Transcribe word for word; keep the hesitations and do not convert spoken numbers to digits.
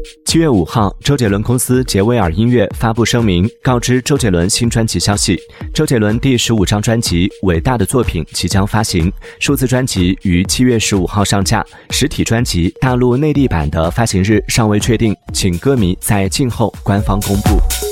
七月五号，周杰伦公司杰威尔音乐发布声明，告知周杰伦新专辑消息。周杰伦第十五张专辑《伟大的作品》即将发行，数字专辑于七月十五号上架，实体专辑大陆内地版的发行日尚未确定，请歌迷在静候官方公布。